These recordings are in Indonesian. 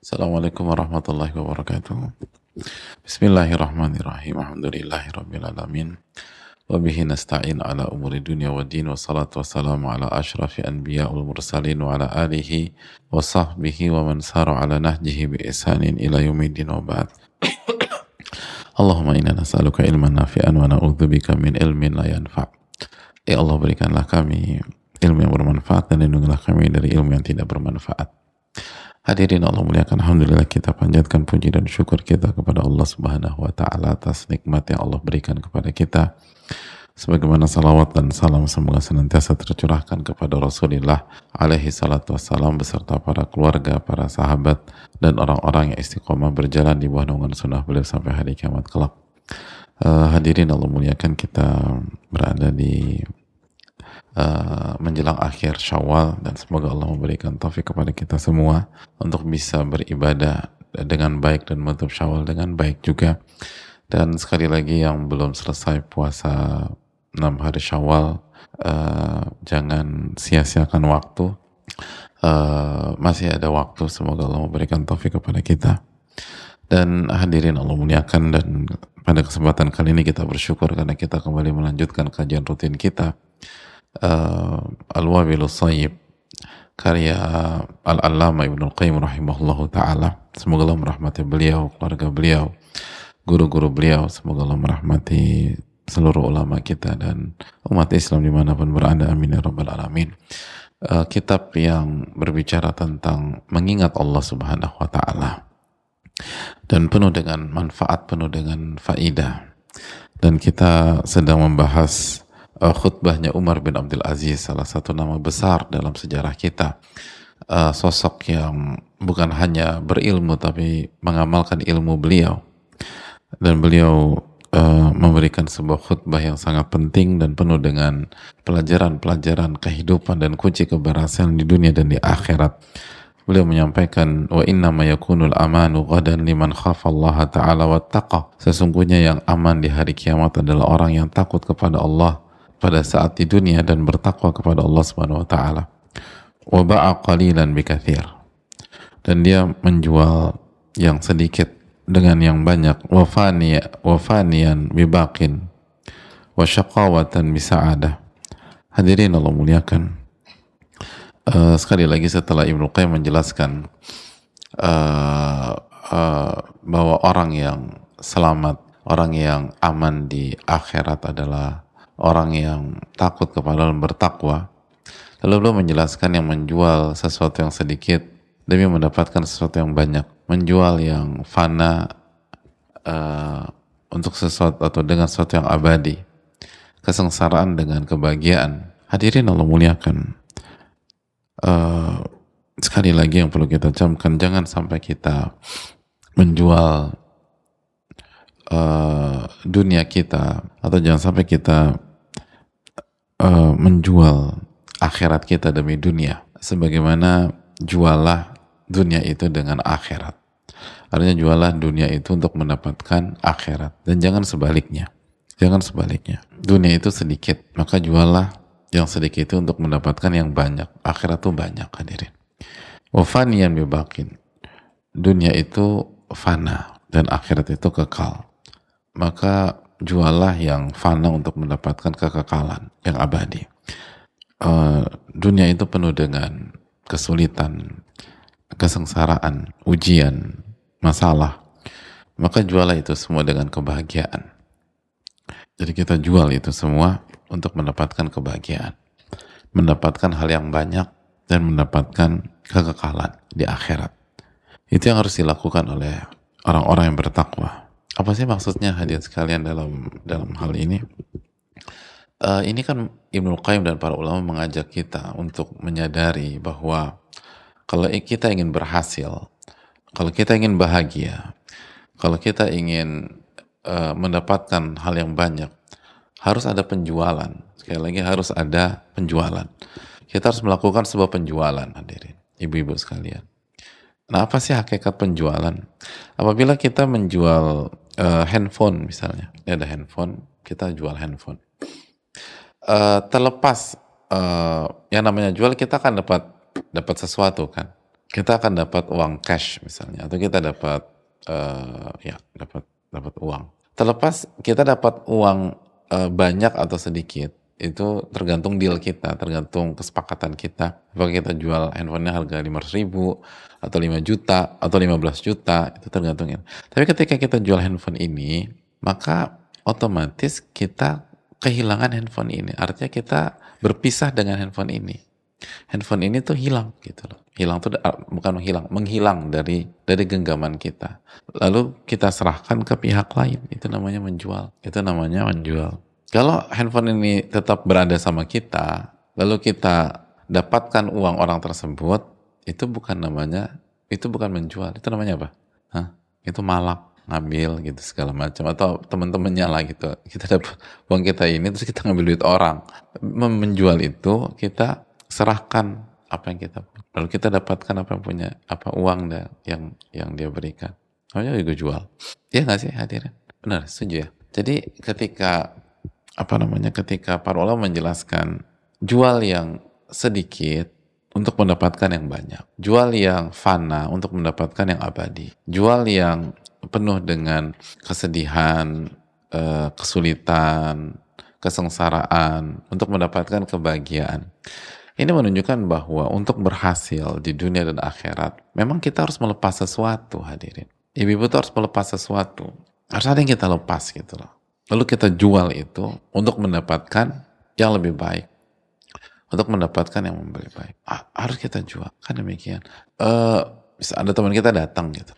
Assalamualaikum warahmatullahi wabarakatuh. Bismillahirrahmanirrahim. Alhamdulillahirabbil alamin. Wa bihi nasta'in ala umuri dunya waddin, wassalatu wassalamu ala asyrafil anbiya wal mursalin wa ala alihi wa sahbihi wa man sara ala nahjihi bi ihsanin ila yaumiddin wa ba'd. Allahumma inna nas'aluka ilman nafi'an wa na'udzubika min ilmin la yanfa'. Ya Allah, berikanlah kami ilmu yang bermanfaat dan lindungilah kami dari ilmu yang tidak bermanfaat. Hadirin Allah muliakan, alhamdulillah kita panjatkan puji dan syukur kita kepada Allah Subhanahu wa taala atas nikmat yang Allah berikan kepada kita. Sebagaimana salawat dan salam semoga senantiasa tercurahkan kepada Rasulullah alaihi salatu wassalam beserta para keluarga, para sahabat dan orang-orang yang istiqomah berjalan di bawah naungan sunnah beliau sampai hari kiamat kelak. Hadirin Allah muliakan, kita berada di menjelang akhir Syawal dan semoga Allah memberikan taufik kepada kita semua untuk bisa beribadah dengan baik dan menutup Syawal dengan baik juga. Dan sekali lagi yang belum selesai puasa 6 hari Syawal, jangan sia-siakan waktu, masih ada waktu, semoga Allah memberikan taufik kepada kita. Dan hadirin Allah muliakan, dan pada kesempatan kali ini kita bersyukur karena kita kembali melanjutkan kajian rutin kita, Al-Wabilus Shayyib, karya Al-Allama Ibnul Qayyim rahimahullahu ta'ala. Semoga Allah merahmati beliau, keluarga beliau, guru-guru beliau. Semoga Allah merahmati seluruh ulama kita dan umat Islam dimanapun berada, amin ya rabbal alamin. Kitab yang berbicara tentang mengingat Allah subhanahu wa ta'ala dan penuh dengan manfaat, penuh dengan faidah. Dan kita sedang membahas khutbahnya Umar bin Abdul Aziz, salah satu nama besar dalam sejarah kita, sosok yang bukan hanya berilmu tapi mengamalkan ilmu beliau, dan beliau memberikan sebuah khutbah yang sangat penting dan penuh dengan pelajaran-pelajaran kehidupan dan kunci keberhasilan di dunia dan di akhirat. Beliau menyampaikan, wa inna ma yakunul amanu ghadan liman khafallaha ta'ala wattaqa. Sesungguhnya yang aman di hari kiamat adalah orang yang takut kepada Allah pada saat di dunia dan bertakwa kepada Allah Subhanahu wa taala. Wa ba'a qalilan bikatsir. Dan dia menjual yang sedikit dengan yang banyak. Wa faniyan bibaqin wa syaqawatan bisa'adah. Hadirin Allah muliakan. Sekali lagi setelah Ibnu Qayyim menjelaskan bahwa orang yang selamat, orang yang aman di akhirat adalah orang yang takut kepada dan bertakwa. Lalu beliau menjelaskan yang menjual sesuatu yang sedikit demi mendapatkan sesuatu yang banyak, menjual yang fana untuk sesuatu atau dengan sesuatu yang abadi, kesengsaraan dengan kebahagiaan. Hadirin Allah muliakan, sekali lagi yang perlu kita camkan, jangan sampai kita menjual dunia kita, atau jangan sampai kita menjual akhirat kita demi dunia. Sebagaimana jualah dunia itu dengan akhirat, artinya jualah dunia itu untuk mendapatkan akhirat, dan jangan sebaliknya. Jangan sebaliknya, dunia itu sedikit maka jualah yang sedikit itu untuk mendapatkan yang banyak. Akhirat itu banyak, hadirin. Wa faniyan bibaqin, dunia itu fana dan akhirat itu kekal, maka jualah yang fana untuk mendapatkan kekekalan yang abadi. Dunia itu penuh dengan kesulitan, kesengsaraan, ujian, masalah, maka jualah itu semua dengan kebahagiaan. Jadi kita jual itu semua untuk mendapatkan kebahagiaan, mendapatkan hal yang banyak, dan mendapatkan kekekalan di akhirat. Itu yang harus dilakukan oleh orang-orang yang bertakwa. Apa sih maksudnya hadirin sekalian dalam hal ini? Ini kan Ibnul Qayyim dan para ulama mengajak kita untuk menyadari bahwa kalau kita ingin berhasil, kalau kita ingin bahagia, kalau kita ingin mendapatkan hal yang banyak, harus ada penjualan. Sekali lagi, harus ada penjualan. Kita harus melakukan sebuah penjualan, hadirin, ibu-ibu sekalian. Nah, apa sih hakikat penjualan? Apabila kita menjual handphone misalnya, ini ada handphone, kita jual handphone. Terlepas yang namanya jual, kita kan dapat sesuatu kan. kita akan dapat uang cash misalnya, atau kita dapat dapat uang. Terlepas kita dapat uang banyak atau sedikit, itu tergantung deal kita, tergantung kesepakatan kita. Apakah kita jual handphonenya harga 500.000 atau 5 juta atau 15 juta, itu tergantung ya. Tapi ketika kita jual handphone ini, maka otomatis kita kehilangan handphone ini. Artinya kita berpisah dengan handphone ini. Handphone ini tuh hilang gitu loh. Hilang tuh bukan menghilang dari genggaman kita. Lalu kita serahkan ke pihak lain. Itu namanya menjual. Itu namanya menjual. Kalau handphone ini tetap berada sama kita, lalu kita dapatkan uang orang tersebut, itu bukan menjual. Itu namanya apa? Hah? Itu malak, ngambil gitu segala macam, atau teman-temannya lah gitu. Kita dapat uang kita ini terus kita ngambil duit orang. Menjual itu kita serahkan apa yang kita punya. Lalu kita dapatkan apa yang punya, apa uang yang dia berikan. Namanya juga jual. Iya nggak sih hadirin? Benar, setuju ya. Jadi ketika para ulama menjelaskan jual yang sedikit untuk mendapatkan yang banyak, jual yang fana untuk mendapatkan yang abadi, jual yang penuh dengan kesedihan, kesulitan, kesengsaraan untuk mendapatkan kebahagiaan. Ini menunjukkan bahwa untuk berhasil di dunia dan akhirat, memang kita harus melepas sesuatu, hadirin. Ibu-ibu itu harus melepas sesuatu. Harus ada yang kita lepas gitu loh. Lalu kita jual itu untuk mendapatkan yang lebih baik. Untuk mendapatkan yang lebih baik. Harus kita jual. Kan demikian. Bisa ada teman kita datang gitu.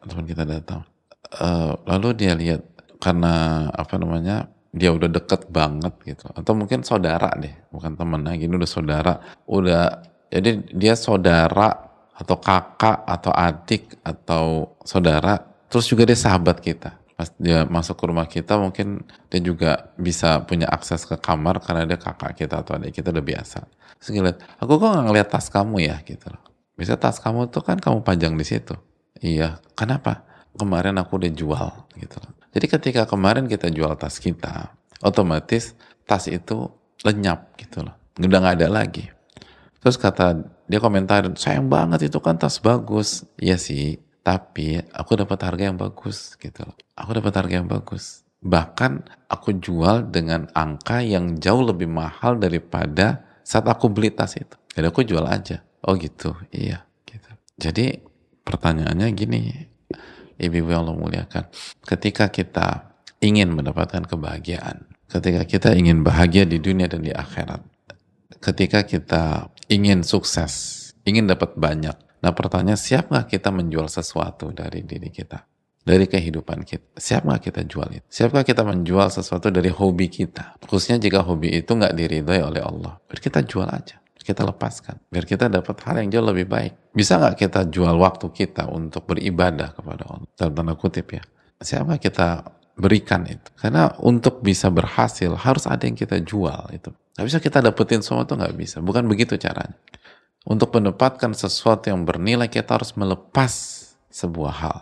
Lalu dia lihat, karena dia udah deket banget gitu. Atau mungkin saudara deh. Bukan teman lagi. Ini udah saudara. Jadi dia saudara atau kakak atau adik atau saudara. Terus juga dia sahabat kita. Pas dia masuk ke rumah kita, mungkin dia juga bisa punya akses ke kamar karena dia kakak kita atau adik kita, udah biasa. Terus dia lihat, aku kok nggak ngeliat tas kamu ya gitu loh. Bisa tas kamu tuh kan kamu pajang di situ. Iya, kenapa? Kemarin aku udah jual gitu loh. Jadi ketika kemarin kita jual tas kita, otomatis tas itu lenyap gitu loh. Udah nggak ada lagi. Terus dia komentar, sayang banget itu kan tas bagus. Iya sih. Tapi aku dapat harga yang bagus gitu. Aku dapat harga yang bagus. Bahkan aku jual dengan angka yang jauh lebih mahal daripada saat aku beli tas itu. Jadi aku jual aja. Oh gitu, iya. Gitu. Jadi pertanyaannya gini, ibu-ibu yang Allah muliakan. Ketika kita ingin mendapatkan kebahagiaan, ketika kita ingin bahagia di dunia dan di akhirat, ketika kita ingin sukses, ingin dapat banyak, nah pertanyaan, siap nggak kita menjual sesuatu dari diri kita, dari kehidupan kita? Siap nggak kita jual itu? Siapkah kita menjual sesuatu dari hobi kita? Khususnya jika hobi itu nggak diridhoi oleh Allah. Biar kita jual aja, kita lepaskan, biar kita dapat hal yang jauh lebih baik. Bisa nggak kita jual waktu kita untuk beribadah kepada Allah? Dalam tanda kutip ya. Siap nggak kita berikan itu? Karena untuk bisa berhasil harus ada yang kita jual itu. Nggak bisa kita dapetin semua, itu nggak bisa. Bukan begitu caranya. Untuk mendapatkan sesuatu yang bernilai, kita harus melepas sebuah hal.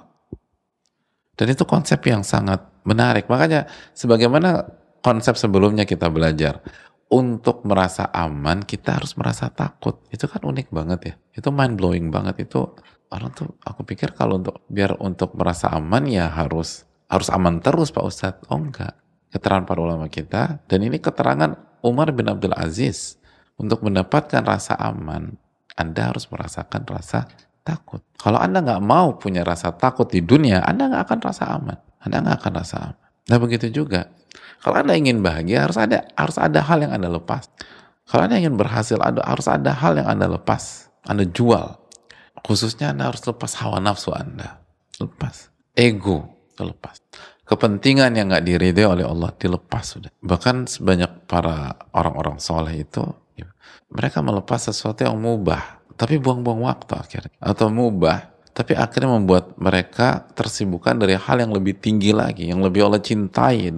Dan itu konsep yang sangat menarik. Makanya sebagaimana konsep sebelumnya kita belajar, untuk merasa aman kita harus merasa takut. Itu kan unik banget ya. Itu mind blowing banget. Itu orang tuh, aku pikir kalau biar untuk merasa aman ya harus aman terus Pak Ustadz. Oh enggak. Keterangan para ulama kita, dan ini keterangan Umar bin Abdul Aziz, untuk mendapatkan rasa aman Anda harus merasakan rasa takut. Kalau Anda nggak mau punya rasa takut di dunia, Anda nggak akan rasa aman. Anda nggak akan rasa aman. Nah begitu juga. Kalau Anda ingin bahagia, harus ada hal yang Anda lepas. Kalau Anda ingin berhasil, harus ada hal yang Anda lepas. Anda jual. Khususnya Anda harus lepas hawa nafsu Anda. Lepas. Ego. Lepas. Kepentingan yang nggak diridhoi oleh Allah, dilepas sudah. Bahkan sebanyak para orang-orang soleh itu, mereka melepas sesuatu yang mubah, tapi buang-buang waktu akhirnya. Atau mubah, tapi akhirnya membuat mereka tersibukkan dari hal yang lebih tinggi lagi, yang lebih Allah cintai,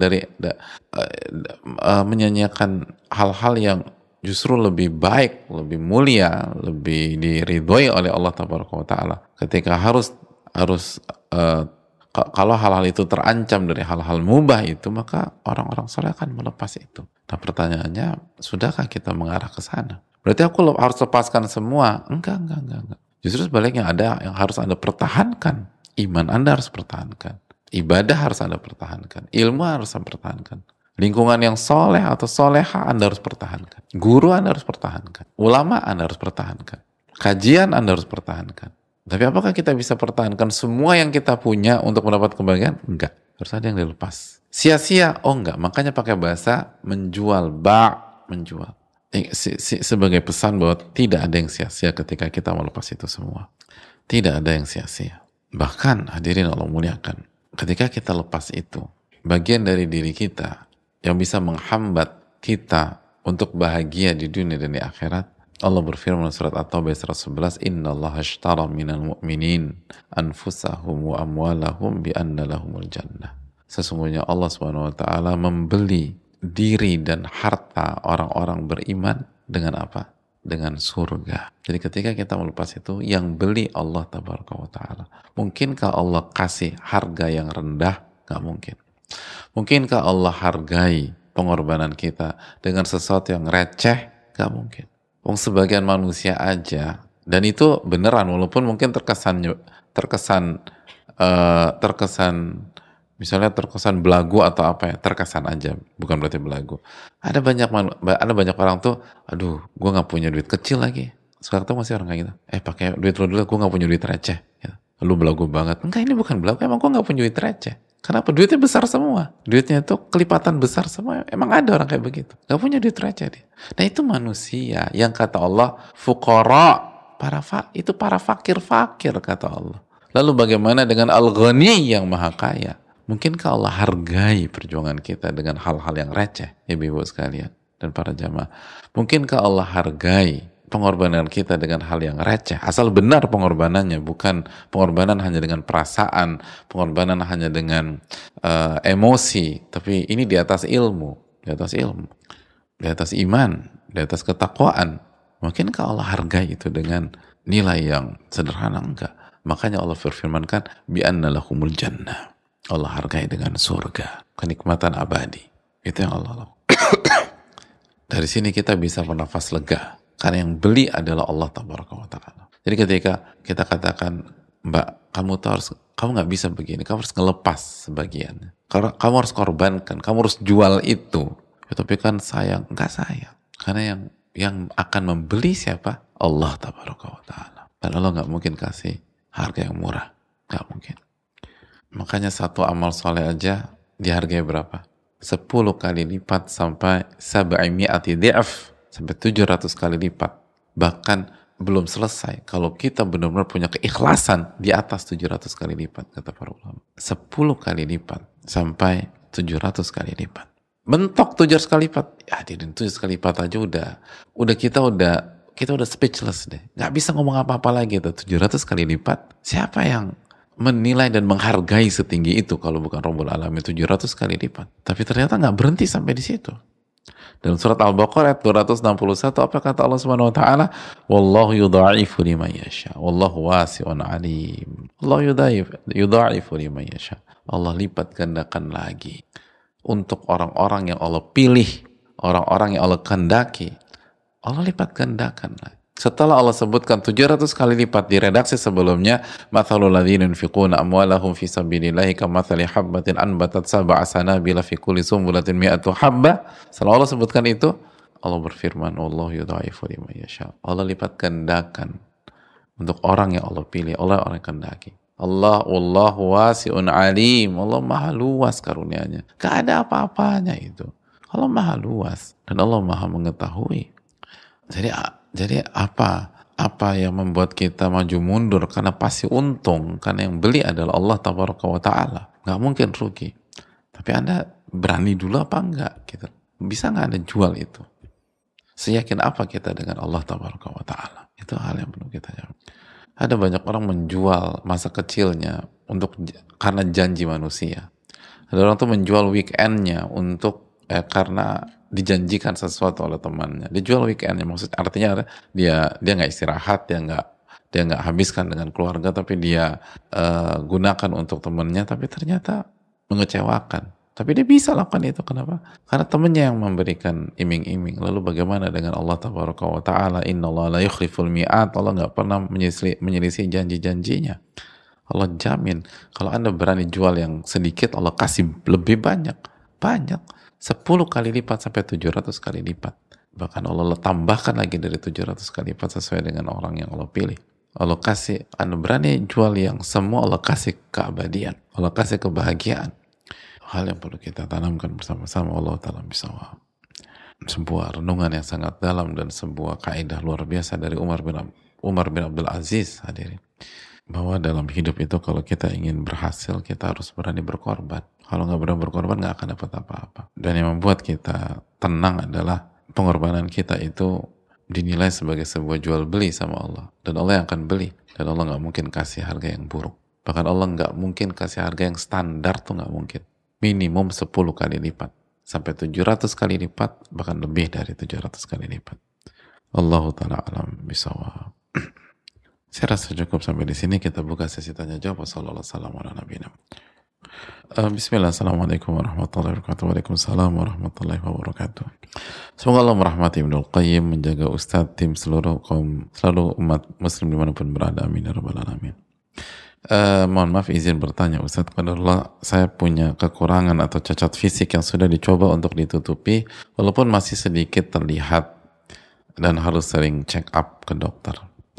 menyanyiakan hal-hal yang justru lebih baik, lebih mulia, lebih diridhoi oleh Allah Taala. Ketika kalau hal-hal itu terancam dari hal-hal mubah itu, maka orang-orang soleh akan melepas itu. Nah pertanyaannya, sudahkah kita mengarah ke sana? Berarti aku harus lepaskan semua? Enggak. Justru sebaliknya ada yang harus Anda pertahankan. Iman Anda harus pertahankan. Ibadah harus Anda pertahankan. Ilmu harus Anda pertahankan. Lingkungan yang soleh atau soleha Anda harus pertahankan. Guru Anda harus pertahankan. Ulama Anda harus pertahankan. Kajian Anda harus pertahankan. Tapi apakah kita bisa pertahankan semua yang kita punya untuk mendapat kebahagiaan? Enggak. Harus ada yang dilepas. Sia-sia? Oh enggak. Makanya pakai bahasa menjual. Menjual. Sebagai pesan bahwa tidak ada yang sia-sia ketika kita melepas itu semua. Tidak ada yang sia-sia. Bahkan hadirin Allah muliakan, ketika kita lepas itu, bagian dari diri kita yang bisa menghambat kita untuk bahagia di dunia dan di akhirat, Allah berfirman surat At-Taubah 111, Innallaha ashtara minal mu'minin anfusahum wa amwalahum bi anna lahumul jannah. Sesungguhnya Allah Subhanahu wa taala membeli diri dan harta orang-orang beriman dengan apa? Dengan surga. Jadi ketika kita melepas itu, yang beli Allah Tabaraka wa ta'ala. Mungkinkah Allah kasih harga yang rendah? Gak mungkin. Mungkinkah Allah hargai pengorbanan kita dengan sesuatu yang receh? Gak mungkin. Sebagian manusia aja, dan itu beneran, walaupun mungkin terkesan misalnya terkesan belagu atau apa ya, terkesan aja, bukan berarti belagu. Ada banyak orang tuh, aduh, gue nggak punya duit kecil lagi. Sekarang tuh masih orang kayak gitu. Pakai duit lu dulu, gue nggak punya duit receh. Gitu. Lu belagu banget. Enggak, ini bukan belagu, emang gue nggak punya duit receh. Kenapa? Duitnya besar semua. Duitnya itu kelipatan besar semua. Emang ada orang kayak begitu. Nggak punya duit receh dia. Nah itu manusia yang kata Allah, fuqara, itu para fakir-fakir kata Allah. Lalu bagaimana dengan al-ghani yang maha kaya? Mungkinkah Allah hargai perjuangan kita dengan hal-hal yang receh, ibu-ibu sekalian dan para jamaah? Mungkinkah Allah hargai pengorbanan kita dengan hal yang receh? Asal benar pengorbanannya, bukan pengorbanan hanya dengan perasaan, pengorbanan hanya dengan emosi, tapi ini di atas ilmu, di atas iman, di atas ketakwaan. Mungkinkah Allah hargai itu dengan nilai yang sederhana? Enggak. Makanya Allah firmankan, bi anna lahumul jannah. Allah hargai dengan surga, kenikmatan abadi. Itu yang Allah lakukan. Dari sini kita bisa bernafas lega, karena yang beli adalah Allah Tabaraka wa ta'ala. Jadi ketika kita katakan, Mbak, kamu nggak bisa begini, kamu harus ngelepas sebagian. Kamu harus korbankan, kamu harus jual itu. Ya, tapi kan sayang, nggak sayang. Karena yang akan membeli siapa? Allah Tabaraka wa ta'ala. Dan Allah nggak mungkin kasih harga yang murah, nggak mungkin. Makanya satu amal soleh aja dihargai berapa? 10 kali lipat sampai 700 di'af, sampai 700 kali lipat. Bahkan belum selesai kalau kita benar-benar punya keikhlasan di atas 700 kali lipat, kata para ulama. 10 kali lipat sampai 700 kali lipat. Mentok 700 kali lipat. Ya, 700 kali lipat aja kita udah speechless deh. Nggak bisa ngomong apa-apa lagi tuh. 700 kali lipat. Siapa yang menilai dan menghargai setinggi itu kalau bukan Rabbul Alamin? 700 kali lipat. Tapi ternyata nggak berhenti sampai di situ. Dalam surat Al-Baqarah ayat 261 apa kata Allah Subhanahu wa taala? Wallahu yudha'ifu liman yasha. Wallahu wasi'un alim. Allah yudha'ifu liman yasha. Allah lipat gandakan lagi untuk orang-orang yang Allah pilih, orang-orang yang Allah kehendaki. Allah lipat gandakan lagi. Setelah Allah sebutkan 700 kali lipat di redaksi sebelumnya, mathalul ladzina yunfiquna amwalahum fi sabilillahi kamathali habbatin anbatat sab'a sanabila fi kulli sumbulatin mi'atu habbah. Setelah Allah sebutkan itu, Allah berfirman, Wallahu yudha'ifu liman yasha. Allah lipat gandakan untuk orang yang Allah pilih, orang yang kehendaki. Wallahu wasi'un alim. Allah maha luas karunia-Nya. Gak ada apa-apanya itu. Allah maha luas dan Allah maha mengetahui. Jadi apa yang membuat kita maju mundur? Karena pasti untung, karena yang beli adalah Allah Tabaraka wa ta'ala. Nggak mungkin rugi. Tapi Anda berani dulu apa enggak? Gitu. Bisa nggak Anda jual itu? Seyakin apa kita dengan Allah Tabaraka wa ta'ala? Itu hal yang perlu kita jawab. Ada banyak orang menjual masa kecilnya karena janji manusia. Ada orang tuh menjual weekendnya karena dijanjikan sesuatu oleh temannya. Dia jual weekendnya, artinya dia nggak istirahat, dia nggak habiskan dengan keluarga, tapi dia gunakan untuk temannya, tapi ternyata mengecewakan. Tapi dia bisa lakukan itu. Kenapa? Karena temannya yang memberikan iming-iming. Lalu bagaimana dengan Allah Tabaraka wa Ta'ala? Inna Allah la yukhliful mi'at. Allah nggak pernah menyelisih janji-janjinya. Allah jamin. Kalau Anda berani jual yang sedikit, Allah kasih lebih banyak. Banyak. 10 kali lipat sampai 700 kali lipat. Bahkan Allah tambahkan lagi dari 700 kali lipat sesuai dengan orang yang Allah pilih. Allah kasih, Anda berani jual yang semua, Allah kasih keabadian. Allah kasih kebahagiaan. Hal yang perlu kita tanamkan bersama-sama. Allah Ta'ala bisawab. Sebuah renungan yang sangat dalam dan sebuah kaidah luar biasa dari Umar bin Abdul Aziz, hadirin. Bahwa dalam hidup itu kalau kita ingin berhasil, kita harus berani berkorban. Kalau nggak berani berkorban, nggak akan dapat apa-apa. Dan yang membuat kita tenang adalah pengorbanan kita itu dinilai sebagai sebuah jual beli sama Allah. Dan Allah yang akan beli. Dan Allah nggak mungkin kasih harga yang buruk. Bahkan Allah nggak mungkin kasih harga yang standar, tuh nggak mungkin. Minimum 10 kali lipat. Sampai 700 kali lipat, bahkan lebih dari 700 kali lipat. Allahu ta'ala alam bisawab. Saya rasa cukup sampai di sini. Kita buka sesi tanya jawab. Wassalamualaikum. Bismillah, assalamualaikum warahmatullahi wabarakatuh. Waalaikumsalam warahmatullahi wabarakatuh. Semoga Allah merahmati Ibnul Qayyim, menjaga Ustadz, tim seluruh umat muslim dimanapun berada. Amin ya rabbal alamin. Mohon maaf izin bertanya Ustadz, qadarullah saya punya kekurangan atau cacat fisik yang sudah dicoba untuk ditutupi walaupun masih sedikit terlihat dan harus sering check up ke dokter.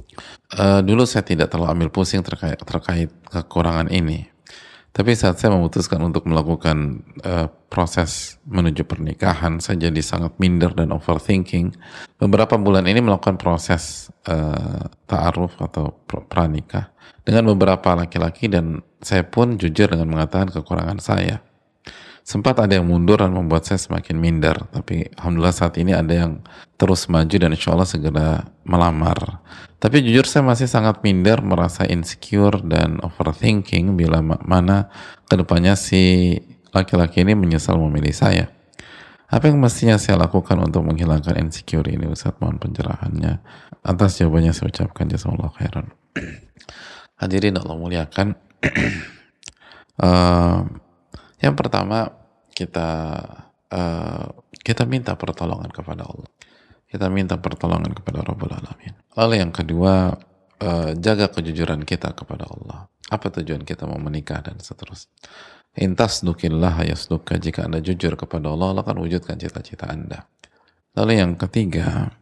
Dulu saya tidak terlalu ambil pusing terkait kekurangan ini, tapi saat saya memutuskan untuk melakukan proses menuju pernikahan, saya jadi sangat minder dan overthinking. Beberapa bulan ini melakukan proses ta'aruf atau pranikah dengan beberapa laki-laki, dan saya pun jujur dengan mengatakan kekurangan saya. Sempat ada yang mundur dan membuat saya semakin minder, tapi alhamdulillah saat ini ada yang terus maju dan insya Allah segera melamar. Tapi jujur saya masih sangat minder, merasa insecure dan overthinking bila mana kedepannya si laki-laki ini menyesal memilih saya. Apa yang mestinya saya lakukan untuk menghilangkan insecure ini, Ustaz? Mohon pencerahannya. Atas jawabannya saya ucapkan jazakallahu khairan. Hadirin Allah muliakan. Yang pertama kita minta pertolongan kepada Allah. Kita minta pertolongan kepada Rabbul Alamin. Lalu yang kedua, jaga kejujuran kita kepada Allah. Apa tujuan kita mau menikah dan seterusnya. Intas dukillah yasduka. Jika Anda jujur kepada Allah, Allah akan wujudkan cita-cita Anda. Lalu yang ketiga,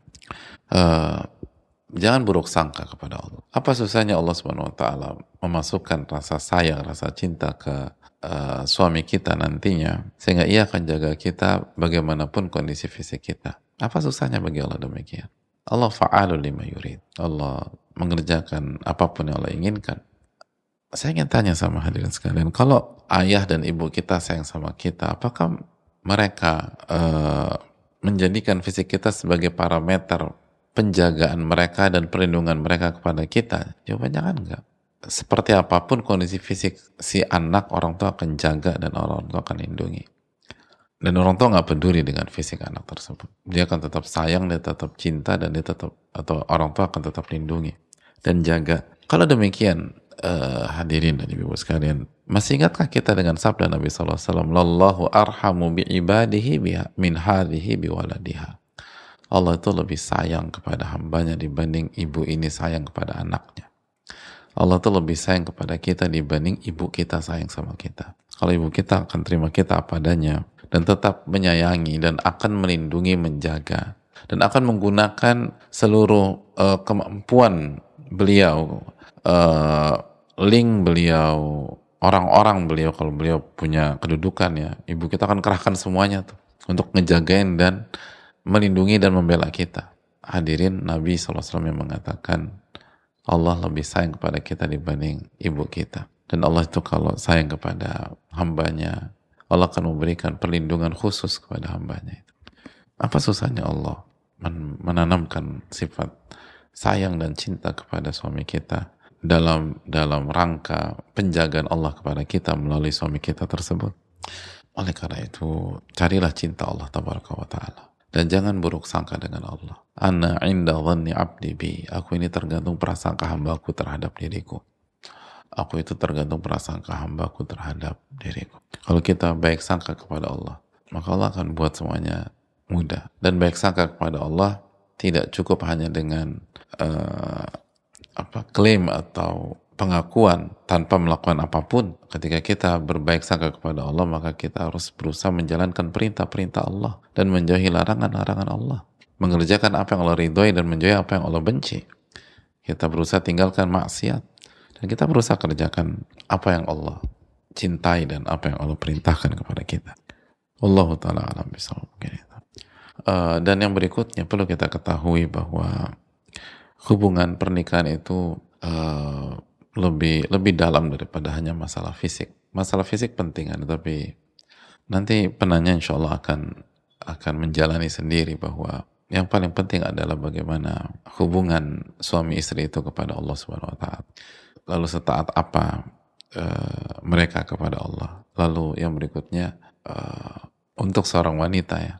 jangan buruk sangka kepada Allah. Apa susahnya Allah Subhanahu wa taala memasukkan rasa sayang, rasa cinta ke suami kita nantinya, sehingga ia akan jaga kita bagaimanapun kondisi fisik kita. Apa susahnya bagi Allah demikian? Allah fa'alul lima yurid. Allah mengerjakan apapun yang Allah inginkan. Saya ingin tanya sama hadirin sekalian, kalau ayah dan ibu kita sayang sama kita, apakah mereka menjadikan fisik kita sebagai parameter penjagaan mereka dan perlindungan mereka kepada kita? Jawabannya kan enggak. Seperti apapun kondisi fisik si anak, orang tua akan jaga dan orang tua akan lindungi. Dan orang tua nggak peduli dengan fisik anak tersebut. Dia akan tetap sayang, dia tetap cinta, dan dia tetap, atau orang tua akan tetap lindungi dan jaga. Kalau demikian, hadirin dan ibu sekalian, masih ingatkah kita dengan sabda Nabi SAW, Lallahu arhamu bi'ibadihi min hadhihi biwaladiha. Allah itu lebih sayang kepada hambanya dibanding ibu ini sayang kepada anaknya. Allah itu lebih sayang kepada kita dibanding ibu kita sayang sama kita. Kalau ibu kita akan terima kita apa adanya dan tetap menyayangi dan akan melindungi, menjaga, dan akan menggunakan seluruh kemampuan beliau, link beliau, orang-orang beliau, kalau beliau punya kedudukan ya, ibu kita akan kerahkan semuanya tuh untuk ngejagain dan melindungi dan membela kita. Hadirin, Nabi SAW yang mengatakan Allah lebih sayang kepada kita dibanding ibu kita. Dan Allah itu kalau sayang kepada hambanya, Allah akan memberikan perlindungan khusus kepada hambanya itu. Apa susahnya Allah menanamkan sifat sayang dan cinta kepada suami kita dalam rangka penjagaan Allah kepada kita melalui suami kita tersebut. Oleh karena itu, carilah cinta Allah Tabaraka wa Ta'ala. Dan jangan buruk sangka dengan Allah. Ana inda dhanni abdi bi. Aku ini tergantung prasangka hambaku terhadap diriku. aku itu tergantung prasangka hambaku terhadap diriku. Kalau kita baik sangka kepada Allah, maka Allah akan buat semuanya mudah. Dan baik sangka kepada Allah tidak cukup hanya dengan klaim atau pengakuan tanpa melakukan apapun. Ketika kita berbaik sangka kepada Allah, maka kita harus berusaha menjalankan perintah-perintah Allah dan menjauhi larangan-larangan Allah, mengerjakan apa yang Allah ridhoi dan menjauhi apa yang Allah benci. Kita berusaha tinggalkan maksiat dan kita berusaha kerjakan apa yang Allah cintai dan apa yang Allah perintahkan kepada kita. Wallahu ta'ala alam bisawab. Dan yang berikutnya perlu kita ketahui bahwa hubungan pernikahan itu lebih dalam daripada hanya masalah fisik. Masalah fisik penting kan, tapi nanti penanya insya Allah akan menjalani sendiri bahwa yang paling penting adalah bagaimana hubungan suami istri itu kepada Allah Subhanahu wa taala. Lalu setaat apa mereka kepada Allah. Lalu yang berikutnya untuk seorang wanita ya,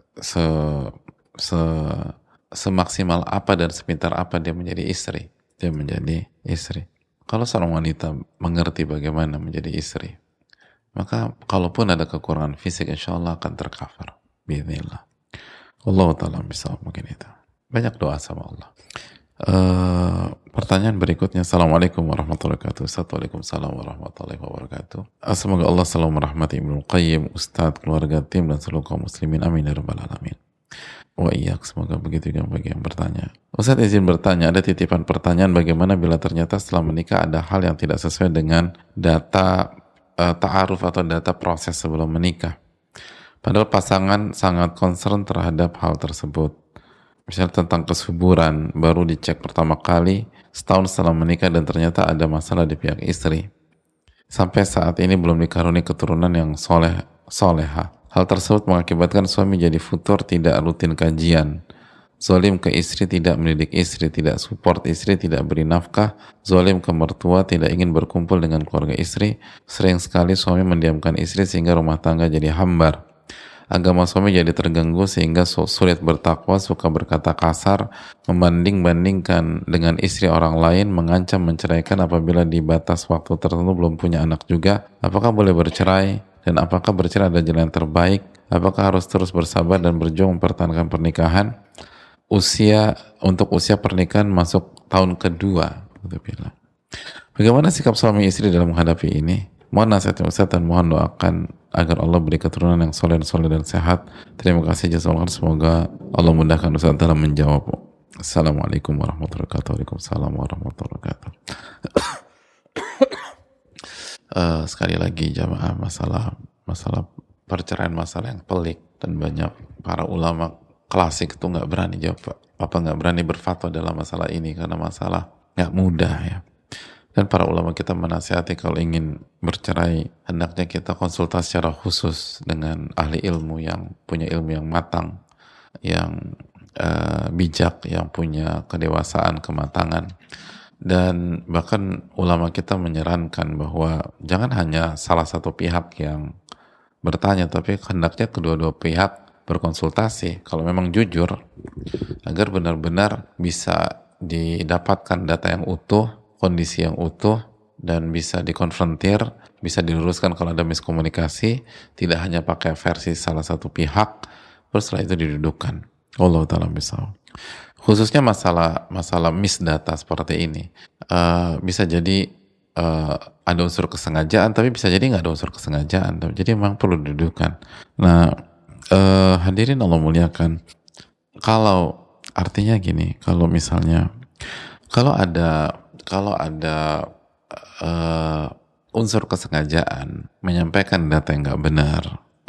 semaksimal apa dan sepintar apa dia menjadi istri. Dia menjadi istri. Kalau seorang wanita mengerti bagaimana menjadi istri, maka kalaupun ada kekurangan fisik, insya Allah akan tercover. Bismillah. Allah ta'ala bisa mungkin itu. Banyak doa sama Allah. Pertanyaan berikutnya. Assalamualaikum warahmatullahi wabarakatuh. Waalaikumsalam warahmatullahi wabarakatuh. Semoga Allah selalu merahmati Ibnul Qayyim, Ustadz, keluarga, tim, dan seluruh kaum muslimin. Amin ya rabbal alamin. Wa iyyak, semoga begitu juga bagi yang bertanya. Ustadz izin bertanya, ada titipan pertanyaan bagaimana bila ternyata setelah menikah ada hal yang tidak sesuai dengan data ta'aruf atau data proses sebelum menikah. Padahal pasangan sangat concern terhadap hal tersebut. Misalnya tentang kesuburan, baru dicek pertama kali setahun setelah menikah dan ternyata ada masalah di pihak istri. Sampai saat ini belum dikaruniai keturunan yang soleha. Hal tersebut mengakibatkan suami jadi futur, tidak rutin kajian. Zalim ke istri, tidak mendidik istri, tidak support istri, tidak beri nafkah. Zalim ke mertua, tidak ingin berkumpul dengan keluarga istri. Sering sekali suami mendiamkan istri sehingga rumah tangga jadi hambar. Agama suami jadi terganggu sehingga sulit bertakwa, suka berkata kasar, membanding-bandingkan dengan istri orang lain, mengancam menceraikan apabila di batas waktu tertentu belum punya anak juga. Apakah boleh bercerai? Dan apakah bercerai ada jalan yang terbaik? Apakah harus terus bersabar dan berjuang mempertahankan pernikahan? Untuk usia pernikahan masuk tahun kedua. Bagaimana sikap suami istri dalam menghadapi ini? Mohon nasihatnya Ustaz dan mohon doakan agar Allah beri keturunan yang soleh dan sehat. Terima kasih jazakallahu khairan. Semoga Allah mudahkan Ustaz dalam menjawab. Assalamualaikum warahmatullahi wabarakatuh. Waalaikumsalam warahmatullahi wabarakatuh. Sekali lagi jamaah, masalah perceraian masalah yang pelik dan banyak para ulama klasik itu nggak berani jawab, nggak berani berfatwa dalam masalah ini karena masalah nggak mudah ya. Dan para ulama kita menasihati kalau ingin bercerai hendaknya kita konsultasi secara khusus dengan ahli ilmu yang punya ilmu yang matang, yang bijak, yang punya kedewasaan, kematangan. Dan bahkan ulama kita menyarankan bahwa jangan hanya salah satu pihak yang bertanya, tapi hendaknya kedua-dua pihak berkonsultasi kalau memang jujur, agar benar-benar bisa didapatkan data yang utuh, kondisi yang utuh, dan bisa dikonfrontir, bisa diluruskan kalau ada miskomunikasi, tidak hanya pakai versi salah satu pihak, terus setelah itu didudukkan. Allah ta'ala bisa. Khususnya masalah misdata seperti ini, bisa jadi ada unsur kesengajaan, tapi bisa jadi nggak ada unsur kesengajaan. Jadi memang perlu didudukkan. Nah, hadirin Allah muliakan, kalau artinya gini, kalau misalnya kalau ada unsur kesengajaan menyampaikan data yang nggak benar,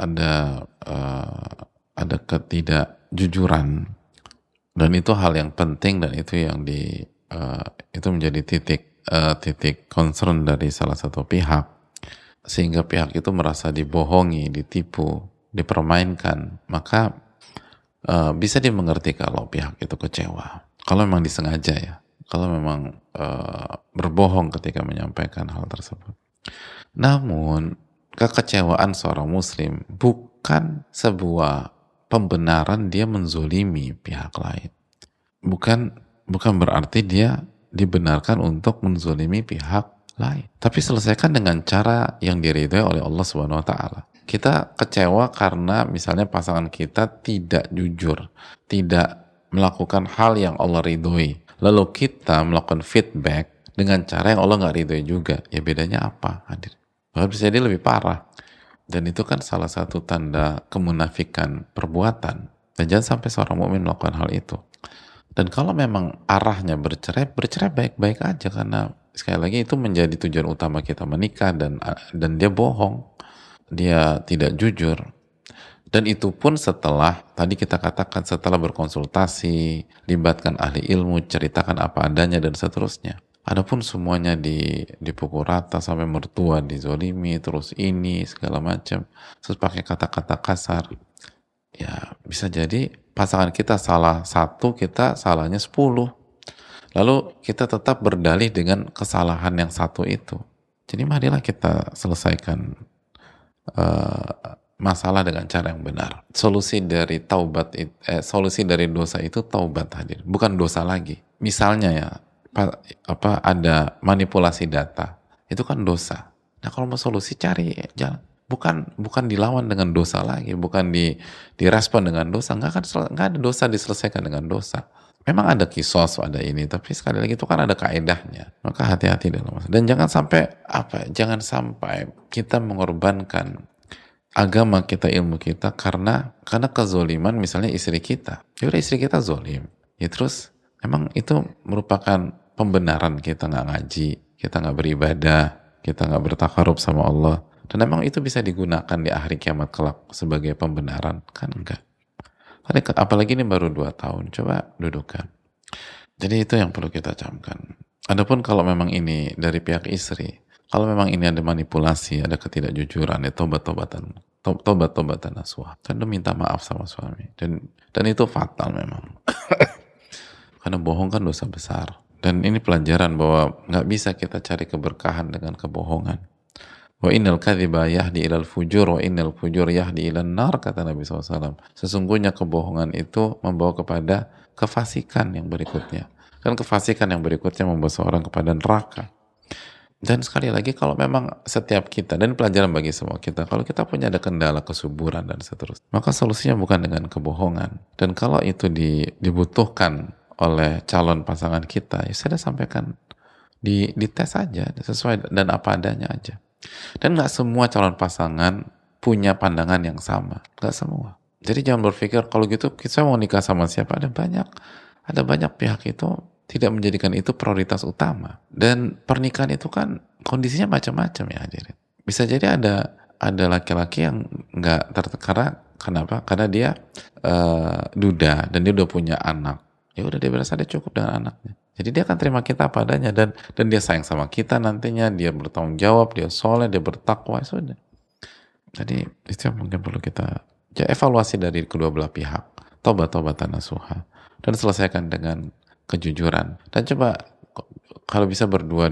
ada ketidakjujuran, dan itu hal yang penting, dan itu yang itu menjadi titik concern dari salah satu pihak, sehingga pihak itu merasa dibohongi, ditipu, dipermainkan, maka bisa dimengerti kalau pihak itu kecewa, kalau memang disengaja ya, kalau memang berbohong ketika menyampaikan hal tersebut. Namun kekecewaan seorang muslim bukan sebuah pembenaran dia menzolimi pihak lain. Bukan berarti dia dibenarkan untuk menzolimi pihak lain. Tapi selesaikan dengan cara yang diridhoi oleh Allah Subhanahu wa taala. Kita kecewa karena misalnya pasangan kita tidak jujur, tidak melakukan hal yang Allah ridhoi. Lalu kita melakukan feedback dengan cara yang Allah nggak ridhoi juga. Ya bedanya apa, hadir? Bahkan bisa jadi lebih parah. Dan itu kan salah satu tanda kemunafikan perbuatan. Dan jangan sampai seorang mukmin melakukan hal itu. Dan kalau memang arahnya bercerai, bercerai baik-baik aja, karena sekali lagi itu menjadi tujuan utama kita menikah, dan dia bohong, dia tidak jujur. Dan itu pun setelah, tadi kita katakan setelah berkonsultasi, libatkan ahli ilmu, ceritakan apa adanya dan seterusnya. Adapun semuanya dipukul rata sampai mertua dizolimi, terus ini segala macam, terus pakai kata-kata kasar, ya bisa jadi pasangan kita salah satu, kita salahnya 10. Lalu kita tetap berdalih dengan kesalahan yang satu itu. Jadi marilah kita selesaikan masalah dengan cara yang benar. Solusi dari solusi dari dosa itu taubat, hadir, bukan dosa lagi. Misalnya ya, ada manipulasi data, itu kan dosa. Nah kalau mau solusi, cari jalan, bukan dilawan dengan dosa lagi, bukan direspon dengan dosa. Nggak ada dosa diselesaikan dengan dosa. Memang ada kisos, ada ini, tapi sekali lagi itu kan ada kaedahnya. Maka hati-hati dalam masalah. Dan jangan sampai kita mengorbankan agama kita, ilmu kita, karena kezoliman misalnya istri kita. Ya udah, istri kita zolim, ya terus emang itu merupakan pembenaran kita nggak ngaji, kita nggak beribadah, kita nggak bertakarub sama Allah, dan emang itu bisa digunakan di hari kiamat kelak sebagai pembenaran? Kan enggak. Apalagi ini baru 2 tahun, coba dudukan. Jadi itu yang perlu kita camkan. Adapun kalau memang ini dari pihak istri, kalau memang ini ada manipulasi, ada ketidakjujuran, ya tobat-tobatan nasuha, dan minta maaf sama suami, dan itu fatal memang. Karena bohong kan dosa besar. Dan ini pelajaran bahwa nggak bisa kita cari keberkahan dengan kebohongan. Wa innal kadhiba yahdi ilal fujur, wa innal fujur yahdi ilan nar, kata Nabi SAW. Sesungguhnya kebohongan itu membawa kepada kefasikan yang berikutnya. Dan kefasikan yang berikutnya membawa seorang kepada neraka. Dan sekali lagi, kalau memang setiap kita, dan pelajaran bagi semua kita, kalau kita punya ada kendala kesuburan dan seterusnya, maka solusinya bukan dengan kebohongan. Dan kalau itu dibutuhkan oleh calon pasangan kita, ya sudah sampaikan, dites aja sesuai dan apa adanya aja. Dan nggak semua calon pasangan punya pandangan yang sama, nggak semua. Jadi jangan berpikir kalau gitu kita mau nikah sama siapa. Ada banyak pihak itu tidak menjadikan itu prioritas utama. Dan pernikahan itu kan kondisinya macam-macam ya, hadirin. Bisa jadi ada laki-laki yang nggak tertekan. Kenapa? Karena dia duda dan dia udah punya anak. Ya udah, dia berasa dia cukup dengan anaknya. Jadi dia akan terima kita apa adanya, dan dia sayang sama kita nantinya, dia bertanggung jawab, dia soleh, dia bertakwa, sudah. Jadi itu yang mungkin perlu kita evaluasi dari kedua belah pihak, tobat-tobatan nasuha, dan selesaikan dengan kejujuran. Dan coba kalau bisa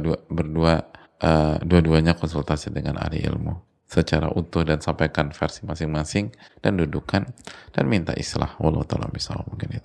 dua-duanya konsultasi dengan ahli ilmu secara utuh, dan sampaikan versi masing-masing, dan dudukan dan minta islah. Wallahu ta'ala bisawab. Mungkin itu.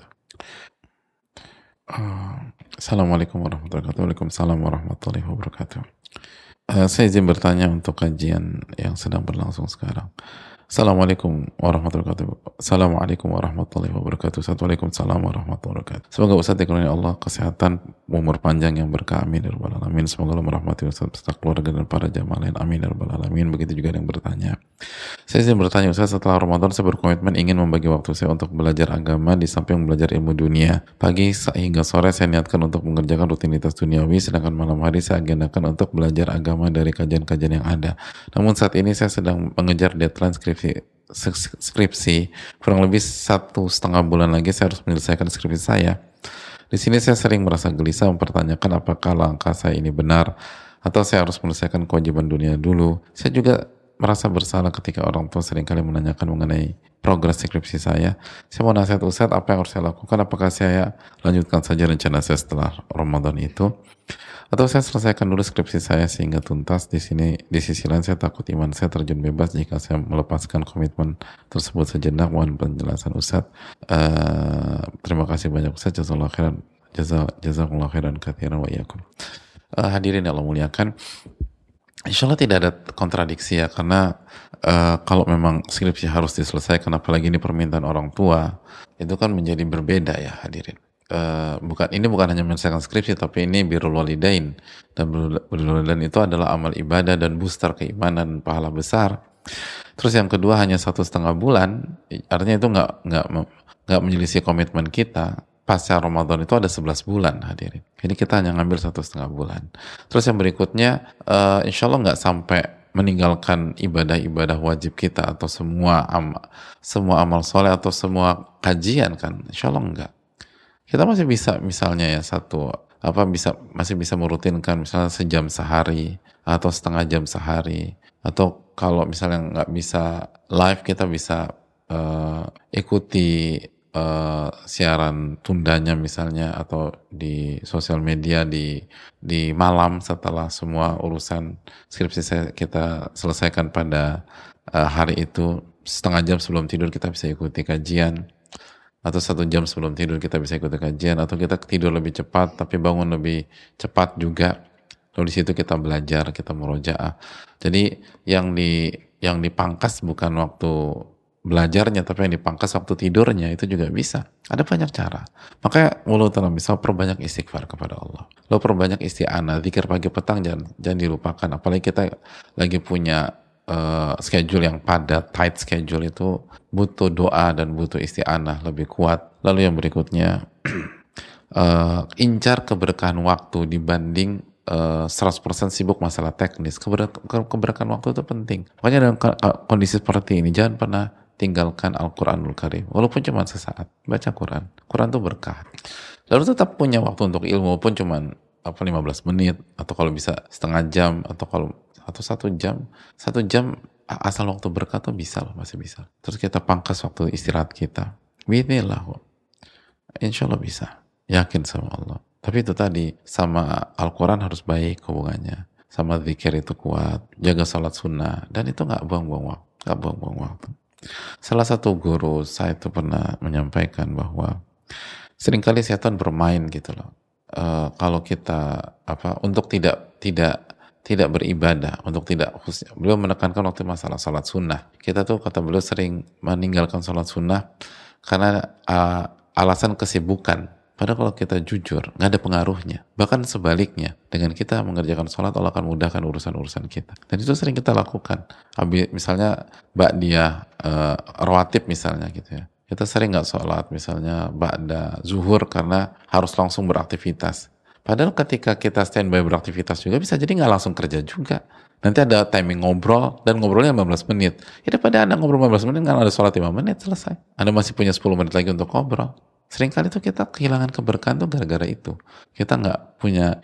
Assalamualaikum warahmatullahi wabarakatuh. Waalaikumsalam warahmatullahi wabarakatuh. Saya izin bertanya untuk kajian yang sedang berlangsung sekarang. Assalamualaikum warahmatullahi wabarakatuh. Assalamualaikum warahmatullahi wabarakatuh. Waalaikumsalam warahmatullahi wabarakatuh. Semoga Ustaz dikurniai Allah kesehatan, umur panjang yang berkah, amin ya rabbal alamin. Semoga Allah merahmati Ustaz beserta keluarga dan para jamaah lain, amin ya rabbal alamin. Begitu juga yang bertanya. Saya izin bertanya, Ustaz, setelah Ramadan saya berkomitmen ingin membagi waktu saya untuk belajar agama di samping belajar ilmu dunia. Pagi hingga sore saya niatkan untuk mengerjakan rutinitas duniawi, sedangkan malam hari saya agendakan untuk belajar agama dari kajian-kajian yang ada. Namun saat ini saya sedang mengejar deadline skripsi. Kurang lebih 1,5 bulan lagi saya harus menyelesaikan skripsi saya. Di sini saya sering merasa gelisah, mempertanyakan apakah langkah saya ini benar atau saya harus menyelesaikan kewajiban dunia dulu. Saya juga merasa bersalah ketika orang tua seringkali menanyakan mengenai progres skripsi saya. Saya mau nasihat Ustadz, apa yang harus saya lakukan? Apakah saya lanjutkan saja rencana saya setelah Ramadan itu, atau saya selesaikan dulu skripsi saya sehingga tuntas? Di sisi lain saya takut iman saya terjun bebas jika saya melepaskan komitmen tersebut sejenak. Mohon penjelasan Ustadz. Terima kasih banyak Ustadz. Jazakallahu khairan katsiran wa iyyakum. Hadirin yang Allah muliakan, insya Allah tidak ada kontradiksi ya, karena kalau memang skripsi harus diselesaikan, apalagi ini permintaan orang tua, itu kan menjadi berbeda ya hadirin. Bukan hanya menyelesaikan skripsi, tapi ini birrul walidain, dan birrul walidain itu adalah amal ibadah dan booster keimanan, pahala besar. Terus yang kedua hanya 1,5 bulan, artinya itu nggak menyelisih komitmen kita. Pasca Ramadan itu ada 11 bulan hadirin. Jadi kita hanya ngambil 1,5 bulan. Terus yang berikutnya, insya Allah nggak sampai meninggalkan ibadah-ibadah wajib kita atau semua amal soleh atau semua kajian kan, insya Allah enggak. Kita masih bisa misalnya ya masih bisa merutinkan misalnya sejam sehari atau setengah jam sehari, atau kalau misalnya nggak bisa live kita bisa ikuti siaran tundanya misalnya, atau di sosial media di malam setelah semua urusan skripsi kita selesaikan pada hari itu, setengah jam sebelum tidur kita bisa ikuti kajian, atau 1 jam sebelum tidur kita bisa ikuti kajian, atau kita tidur lebih cepat tapi bangun lebih cepat juga, lalu di situ kita belajar, kita murojaah. Jadi yang dipangkas bukan waktu belajarnya, tapi yang dipangkas waktu tidurnya, itu juga bisa. Ada banyak cara. Makanya Allah Ta'ala bisa perbanyak istighfar kepada Allah. Lo perbanyak isti'anah, zikir pagi petang jangan dilupakan. Apalagi kita lagi punya schedule yang padat, tight schedule, itu butuh doa dan butuh isti'anah lebih kuat. Lalu yang berikutnya, incar keberkahan waktu dibanding 100% sibuk masalah teknis. Keberkahan waktu itu penting. Makanya dalam kondisi seperti ini, jangan pernah tinggalkan Al-Quranul Karim. Walaupun cuma sesaat, baca Quran. Quran itu berkah. Lalu tetap punya waktu untuk ilmu pun cuma 15 menit, atau kalau bisa setengah jam, atau 1 jam. 1 jam asal waktu berkah tuh bisa loh, masih bisa. Terus kita pangkas waktu istirahat kita. Bismillah. Insya Allah bisa. Yakin sama Allah. Tapi itu tadi, sama Al-Quran harus baik hubungannya. Sama zikir itu kuat. Jaga salat sunnah. Dan itu nggak buang-buang waktu. Nggak buang-buang waktu. Salah satu guru saya itu pernah menyampaikan bahwa seringkali setan bermain gitu loh. Kalau kita untuk tidak beribadah, untuk tidak khusus. Beliau menekankan waktu masalah salat sunnah. Kita tuh kata beliau sering meninggalkan salat sunnah karena alasan kesibukan. Padahal kalau kita jujur, nggak ada pengaruhnya. Bahkan sebaliknya, dengan kita mengerjakan sholat, Allah akan mudahkan urusan-urusan kita. Dan itu sering kita lakukan. Misalnya, ba'diyah rawatib misalnya gitu ya. Kita sering nggak sholat, misalnya ba'da zuhur karena harus langsung beraktivitas. Padahal ketika kita standby beraktivitas juga, bisa jadi nggak langsung kerja juga. Nanti ada timing ngobrol, dan ngobrolnya 15 menit. Ya daripada Anda ngobrol 15 menit, kan ada sholat 5 menit, selesai. Anda masih punya 10 menit lagi untuk ngobrol. Seringkali tuh kita kehilangan keberkahan tuh gara-gara itu. Kita nggak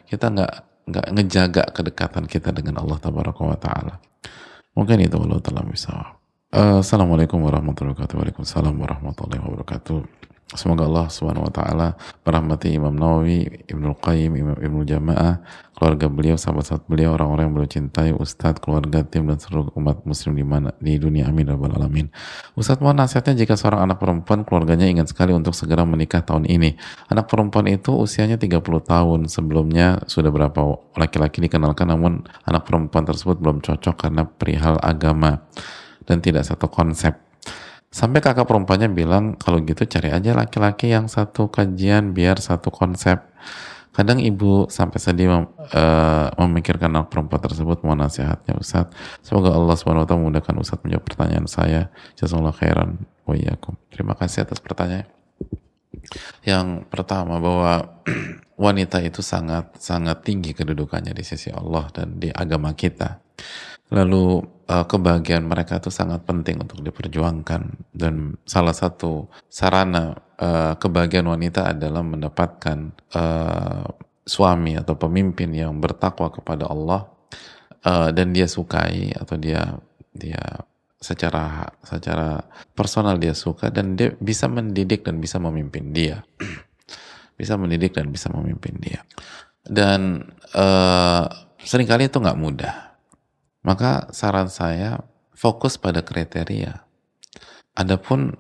ngejaga kedekatan kita dengan Allah Tabaraka wa Ta'ala. Mungkin itu Allah Ta'ala bisa. Assalamualaikum warahmatullahi wabarakatuh. Waalaikumsalam warahmatullahi wabarakatuh. Semoga Allah Subhanahu wa Ta'ala merahmati Imam Nawawi, Ibnul Qayyim, Imam Ibnul Jamaah, keluarga beliau, sahabat-sahabat beliau, orang-orang yang beliau cintai, Ustadz, keluarga, tim, dan seluruh umat muslim di dunia. Amin rabbal alamin. Ustadz, mohon nasihatnya jika seorang anak perempuan keluarganya ingin sekali untuk segera menikah tahun ini. Anak perempuan itu usianya 30 tahun. Sebelumnya sudah berapa laki-laki dikenalkan, namun anak perempuan tersebut belum cocok karena perihal agama dan tidak satu konsep. Sampai kakak perempuannya bilang, kalau gitu cari aja laki-laki yang satu kajian biar satu konsep. Kadang ibu sampai sedih memikirkan anak perempuan tersebut. Mohon nasihatnya Ustaz. Semoga Allah SWT memudahkan Ustaz menjawab pertanyaan saya. Jazakallahu khairan wa iyyakum. Terima kasih atas pertanyaannya. Yang pertama, bahwa wanita itu sangat tinggi kedudukannya di sisi Allah dan di agama kita. Lalu kebahagiaan mereka itu sangat penting untuk diperjuangkan, dan salah satu sarana kebahagiaan wanita adalah mendapatkan suami atau pemimpin yang bertakwa kepada Allah, dan dia sukai, atau dia secara personal dia suka, dan dia bisa mendidik dan bisa memimpin dia. Bisa mendidik dan bisa memimpin dia. Dan seringkali itu nggak mudah. Maka saran saya, fokus pada kriteria. Adapun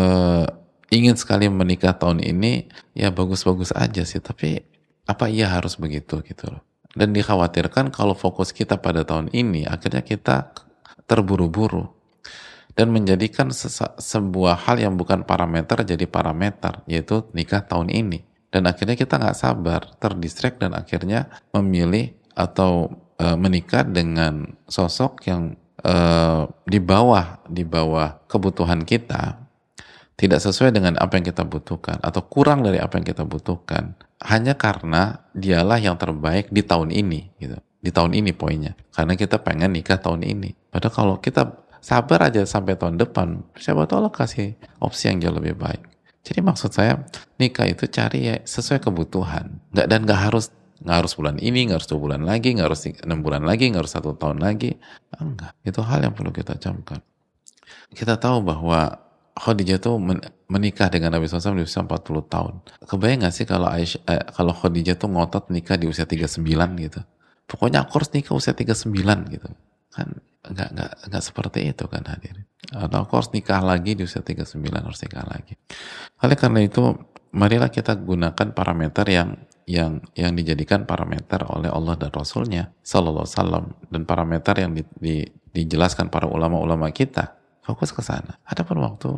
ingin sekali menikah tahun ini, ya bagus-bagus aja sih. Tapi apa iya harus begitu gitu loh? Dan dikhawatirkan kalau fokus kita pada tahun ini, akhirnya kita terburu-buru dan menjadikan sebuah hal yang bukan parameter jadi parameter, yaitu nikah tahun ini. Dan akhirnya kita nggak sabar, terdistract, dan akhirnya memilih atau menikah dengan sosok yang di bawah kebutuhan kita, tidak sesuai dengan apa yang kita butuhkan atau kurang dari apa yang kita butuhkan, hanya karena dialah yang terbaik di tahun ini gitu. Di tahun ini poinnya, karena kita pengen nikah tahun ini. Padahal kalau kita sabar aja sampai tahun depan, siapa tahu Allah kasih opsi yang jauh lebih baik. Jadi maksud saya, nikah itu cari ya sesuai kebutuhan, nggak harus bulan ini, nggak harus 2 bulan lagi, nggak harus 6 bulan lagi, nggak harus 1 tahun lagi. Enggak, itu hal yang perlu kita camkan. Kita tahu bahwa Khadijah tuh menikah dengan Nabi SAW di usia 40 tahun. Kebayang gak sih kalau kalau Khadijah tuh ngotot nikah di usia 39 gitu. Pokoknya aku harus nikah usia 39 gitu. Kan nggak seperti itu kan hadirin. Atau aku harus nikah lagi di usia 39, harus nikah lagi. Oleh karena itu, marilah kita gunakan parameter yang dijadikan parameter oleh Allah dan Rasulnya Sallallahu Alaihi Wasallam, dan parameter yang dijelaskan para ulama-ulama kita. Fokus ke sana. Adapun waktu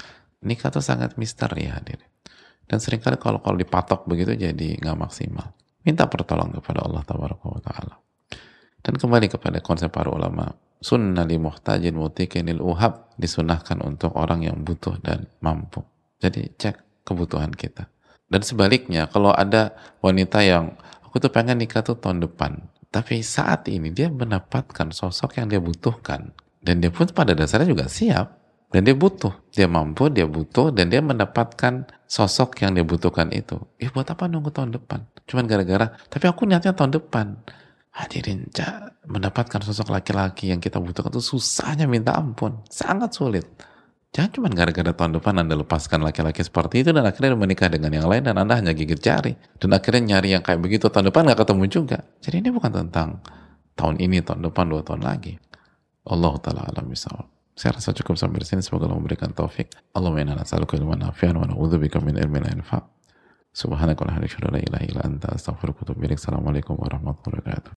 nikah itu sangat misteri hadirin. Dan seringkali kalau dipatok begitu jadi nggak maksimal. Minta pertolongan kepada Allah Taala. Dan kembali kepada konsep para ulama, sunnah li muhtajin mutikinil uhab, disunahkan untuk orang yang butuh dan mampu. Jadi cek kebutuhan kita. Dan sebaliknya, kalau ada wanita yang aku tuh pengen nikah tuh tahun depan, tapi saat ini dia mendapatkan sosok yang dia butuhkan, dan dia pun pada dasarnya juga siap, dan dia butuh, dia mampu, dia butuh, dan dia mendapatkan sosok yang dia butuhkan itu. Buat apa nunggu tahun depan? Cuman gara-gara, tapi aku niatnya tahun depan. Hadirin, mendapatkan sosok laki-laki yang kita butuhkan itu susahnya minta ampun, sangat sulit. Jangan cuma gara-gara tahun depan Anda lepaskan laki-laki seperti itu dan akhirnya menikah dengan yang lain dan Anda hanya gigit jari. Dan akhirnya nyari yang kayak begitu tahun depan nggak ketemu juga. Jadi ini bukan tentang tahun ini, tahun depan, 2 tahun lagi. Allah Ta'ala alam bisawab. Saya rasa cukup sampai di sini. Semoga Allah memberikan taufik. Allahumma inna nas'aluka ilman nafi'an wa na'udzubika min ilmin la yanfa'. Subhanaka wa la ilaha illa anta astaghfiruka wa atubu ilaik. Assalamualaikum warahmatullahi wabarakatuh.